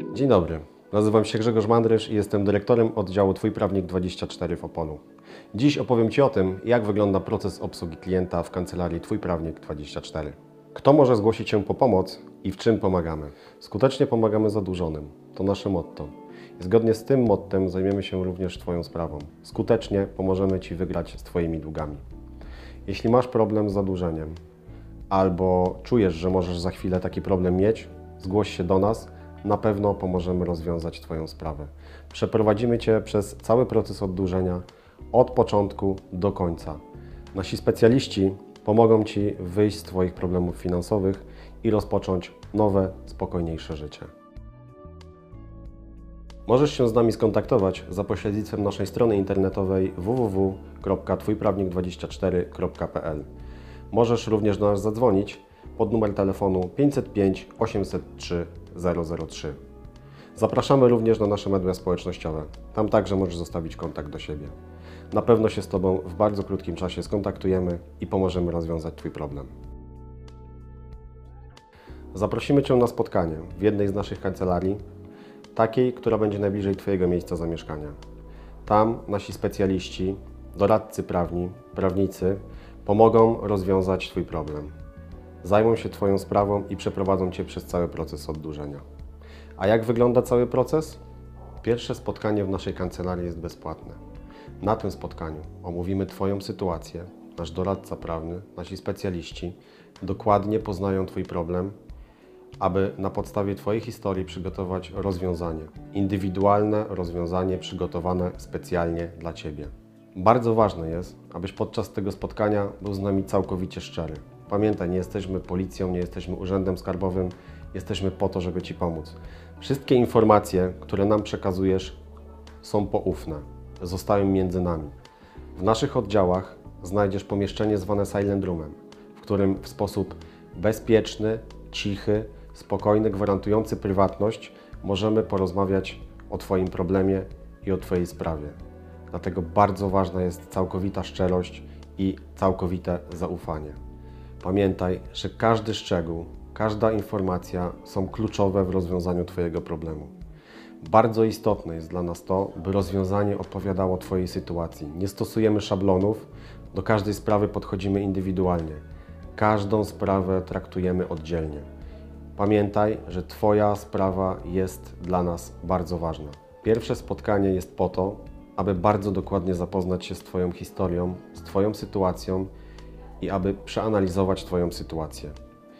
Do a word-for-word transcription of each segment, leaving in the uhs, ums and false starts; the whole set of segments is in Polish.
Dzień dobry, nazywam się Grzegorz Mandrysz i jestem dyrektorem oddziału Twój Prawnik dwadzieścia cztery w Opolu. Dziś opowiem Ci o tym, jak wygląda proces obsługi klienta w kancelarii Twój Prawnik dwadzieścia cztery. Kto może zgłosić się po pomoc i w czym pomagamy? Skutecznie pomagamy zadłużonym. To nasze motto. I zgodnie z tym mottem zajmiemy się również Twoją sprawą. Skutecznie pomożemy Ci wygrać z Twoimi długami. Jeśli masz problem z zadłużeniem albo czujesz, że możesz za chwilę taki problem mieć, zgłoś się do nas. Na pewno pomożemy rozwiązać Twoją sprawę. Przeprowadzimy Cię przez cały proces oddłużenia od początku do końca. Nasi specjaliści pomogą Ci wyjść z Twoich problemów finansowych i rozpocząć nowe, spokojniejsze życie. Możesz się z nami skontaktować za pośrednictwem naszej strony internetowej w w w kropka twój prawnik dwadzieścia cztery kropka p l. Możesz również do nas zadzwonić pod numer telefonu pięćset pięć osiemset trzy zero zero trzy. Zapraszamy również na nasze media społecznościowe. Tam także możesz zostawić kontakt do siebie. Na pewno się z Tobą w bardzo krótkim czasie skontaktujemy i pomożemy rozwiązać Twój problem. Zaprosimy Cię na spotkanie w jednej z naszych kancelarii, takiej, która będzie najbliżej Twojego miejsca zamieszkania. Tam nasi specjaliści, doradcy prawni, prawnicy pomogą rozwiązać Twój problem. Zajmą się Twoją sprawą i przeprowadzą Cię przez cały proces oddłużenia. A jak wygląda cały proces? Pierwsze spotkanie w naszej kancelarii jest bezpłatne. Na tym spotkaniu omówimy Twoją sytuację, nasz doradca prawny, nasi specjaliści dokładnie poznają Twój problem, aby na podstawie Twojej historii przygotować rozwiązanie. Indywidualne rozwiązanie przygotowane specjalnie dla Ciebie. Bardzo ważne jest, abyś podczas tego spotkania był z nami całkowicie szczery. Pamiętaj, nie jesteśmy policją, nie jesteśmy urzędem skarbowym, jesteśmy po to, żeby Ci pomóc. Wszystkie informacje, które nam przekazujesz, są poufne, zostają między nami. W naszych oddziałach znajdziesz pomieszczenie zwane Silent Roomem, w którym w sposób bezpieczny, cichy, spokojny, gwarantujący prywatność możemy porozmawiać o Twoim problemie i o Twojej sprawie. Dlatego bardzo ważna jest całkowita szczerość i całkowite zaufanie. Pamiętaj, że każdy szczegół, każda informacja są kluczowe w rozwiązaniu Twojego problemu. Bardzo istotne jest dla nas to, by rozwiązanie odpowiadało Twojej sytuacji. Nie stosujemy szablonów, do każdej sprawy podchodzimy indywidualnie. Każdą sprawę traktujemy oddzielnie. Pamiętaj, że Twoja sprawa jest dla nas bardzo ważna. Pierwsze spotkanie jest po to, aby bardzo dokładnie zapoznać się z Twoją historią, z Twoją sytuacją i aby przeanalizować Twoją sytuację.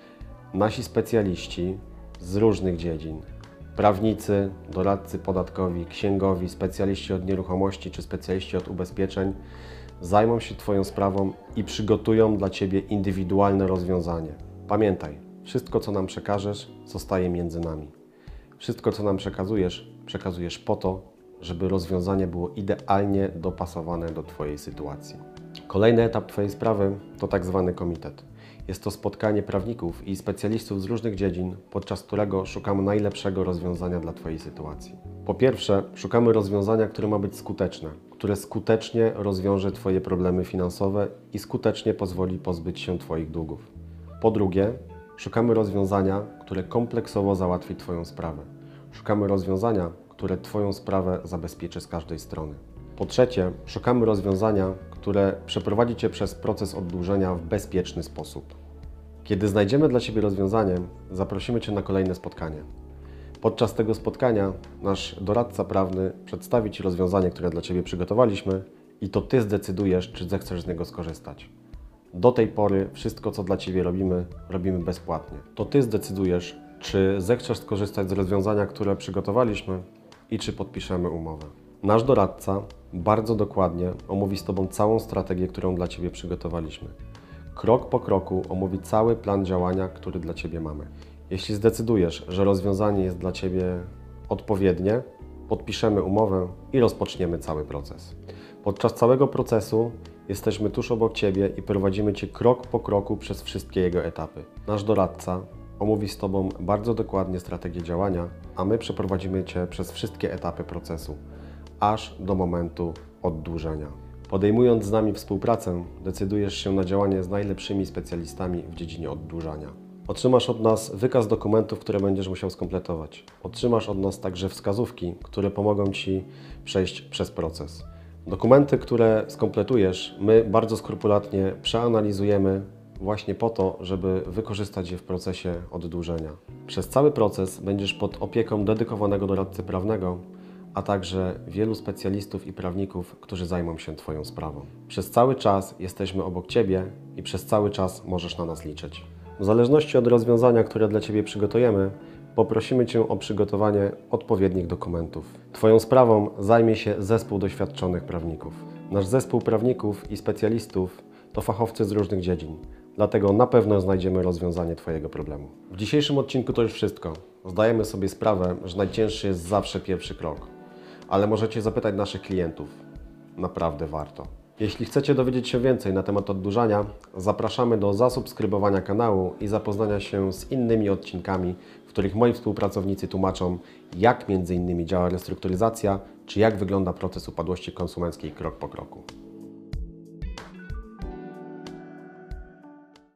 Nasi specjaliści z różnych dziedzin, prawnicy, doradcy podatkowi, księgowi, specjaliści od nieruchomości czy specjaliści od ubezpieczeń zajmą się Twoją sprawą i przygotują dla Ciebie indywidualne rozwiązanie. Pamiętaj, wszystko co nam przekażesz zostaje między nami. Wszystko co nam przekazujesz, przekazujesz po to, żeby rozwiązanie było idealnie dopasowane do Twojej sytuacji. Kolejny etap Twojej sprawy to tak zwany komitet. Jest to spotkanie prawników i specjalistów z różnych dziedzin, podczas którego szukamy najlepszego rozwiązania dla Twojej sytuacji. Po pierwsze, szukamy rozwiązania, które ma być skuteczne, które skutecznie rozwiąże Twoje problemy finansowe i skutecznie pozwoli pozbyć się Twoich długów. Po drugie, szukamy rozwiązania, które kompleksowo załatwi Twoją sprawę. Szukamy rozwiązania, które Twoją sprawę zabezpieczy z każdej strony. Po trzecie, szukamy rozwiązania, które przeprowadzi Cię przez proces oddłużenia w bezpieczny sposób. Kiedy znajdziemy dla Ciebie rozwiązanie, zaprosimy Cię na kolejne spotkanie. Podczas tego spotkania nasz doradca prawny przedstawi Ci rozwiązanie, które dla Ciebie przygotowaliśmy i to Ty zdecydujesz, czy zechcesz z niego skorzystać. Do tej pory wszystko, co dla Ciebie robimy, robimy bezpłatnie. To Ty zdecydujesz, czy zechcesz skorzystać z rozwiązania, które przygotowaliśmy i czy podpiszemy umowę. Nasz doradca bardzo dokładnie omówi z Tobą całą strategię, którą dla Ciebie przygotowaliśmy. Krok po kroku omówi cały plan działania, który dla Ciebie mamy. Jeśli zdecydujesz, że rozwiązanie jest dla Ciebie odpowiednie, podpiszemy umowę i rozpoczniemy cały proces. Podczas całego procesu jesteśmy tuż obok Ciebie i prowadzimy Cię krok po kroku przez wszystkie jego etapy. Nasz doradca omówi z Tobą bardzo dokładnie strategię działania, a my przeprowadzimy Cię przez wszystkie etapy procesu, aż do momentu oddłużenia. Podejmując z nami współpracę, decydujesz się na działanie z najlepszymi specjalistami w dziedzinie oddłużania. Otrzymasz od nas wykaz dokumentów, które będziesz musiał skompletować. Otrzymasz od nas także wskazówki, które pomogą Ci przejść przez proces. Dokumenty, które skompletujesz, my bardzo skrupulatnie przeanalizujemy właśnie po to, żeby wykorzystać je w procesie oddłużenia. Przez cały proces będziesz pod opieką dedykowanego doradcy prawnego, a także wielu specjalistów i prawników, którzy zajmą się Twoją sprawą. Przez cały czas jesteśmy obok Ciebie i przez cały czas możesz na nas liczyć. W zależności od rozwiązania, które dla Ciebie przygotujemy, poprosimy Cię o przygotowanie odpowiednich dokumentów. Twoją sprawą zajmie się zespół doświadczonych prawników. Nasz zespół prawników i specjalistów to fachowcy z różnych dziedzin, dlatego na pewno znajdziemy rozwiązanie Twojego problemu. W dzisiejszym odcinku to już wszystko. Zdajemy sobie sprawę, że najcięższy jest zawsze pierwszy krok, ale możecie zapytać naszych klientów. Naprawdę warto. Jeśli chcecie dowiedzieć się więcej na temat oddłużania, zapraszamy do zasubskrybowania kanału i zapoznania się z innymi odcinkami, w których moi współpracownicy tłumaczą, jak między innymi działa restrukturyzacja, czy jak wygląda proces upadłości konsumenckiej krok po kroku.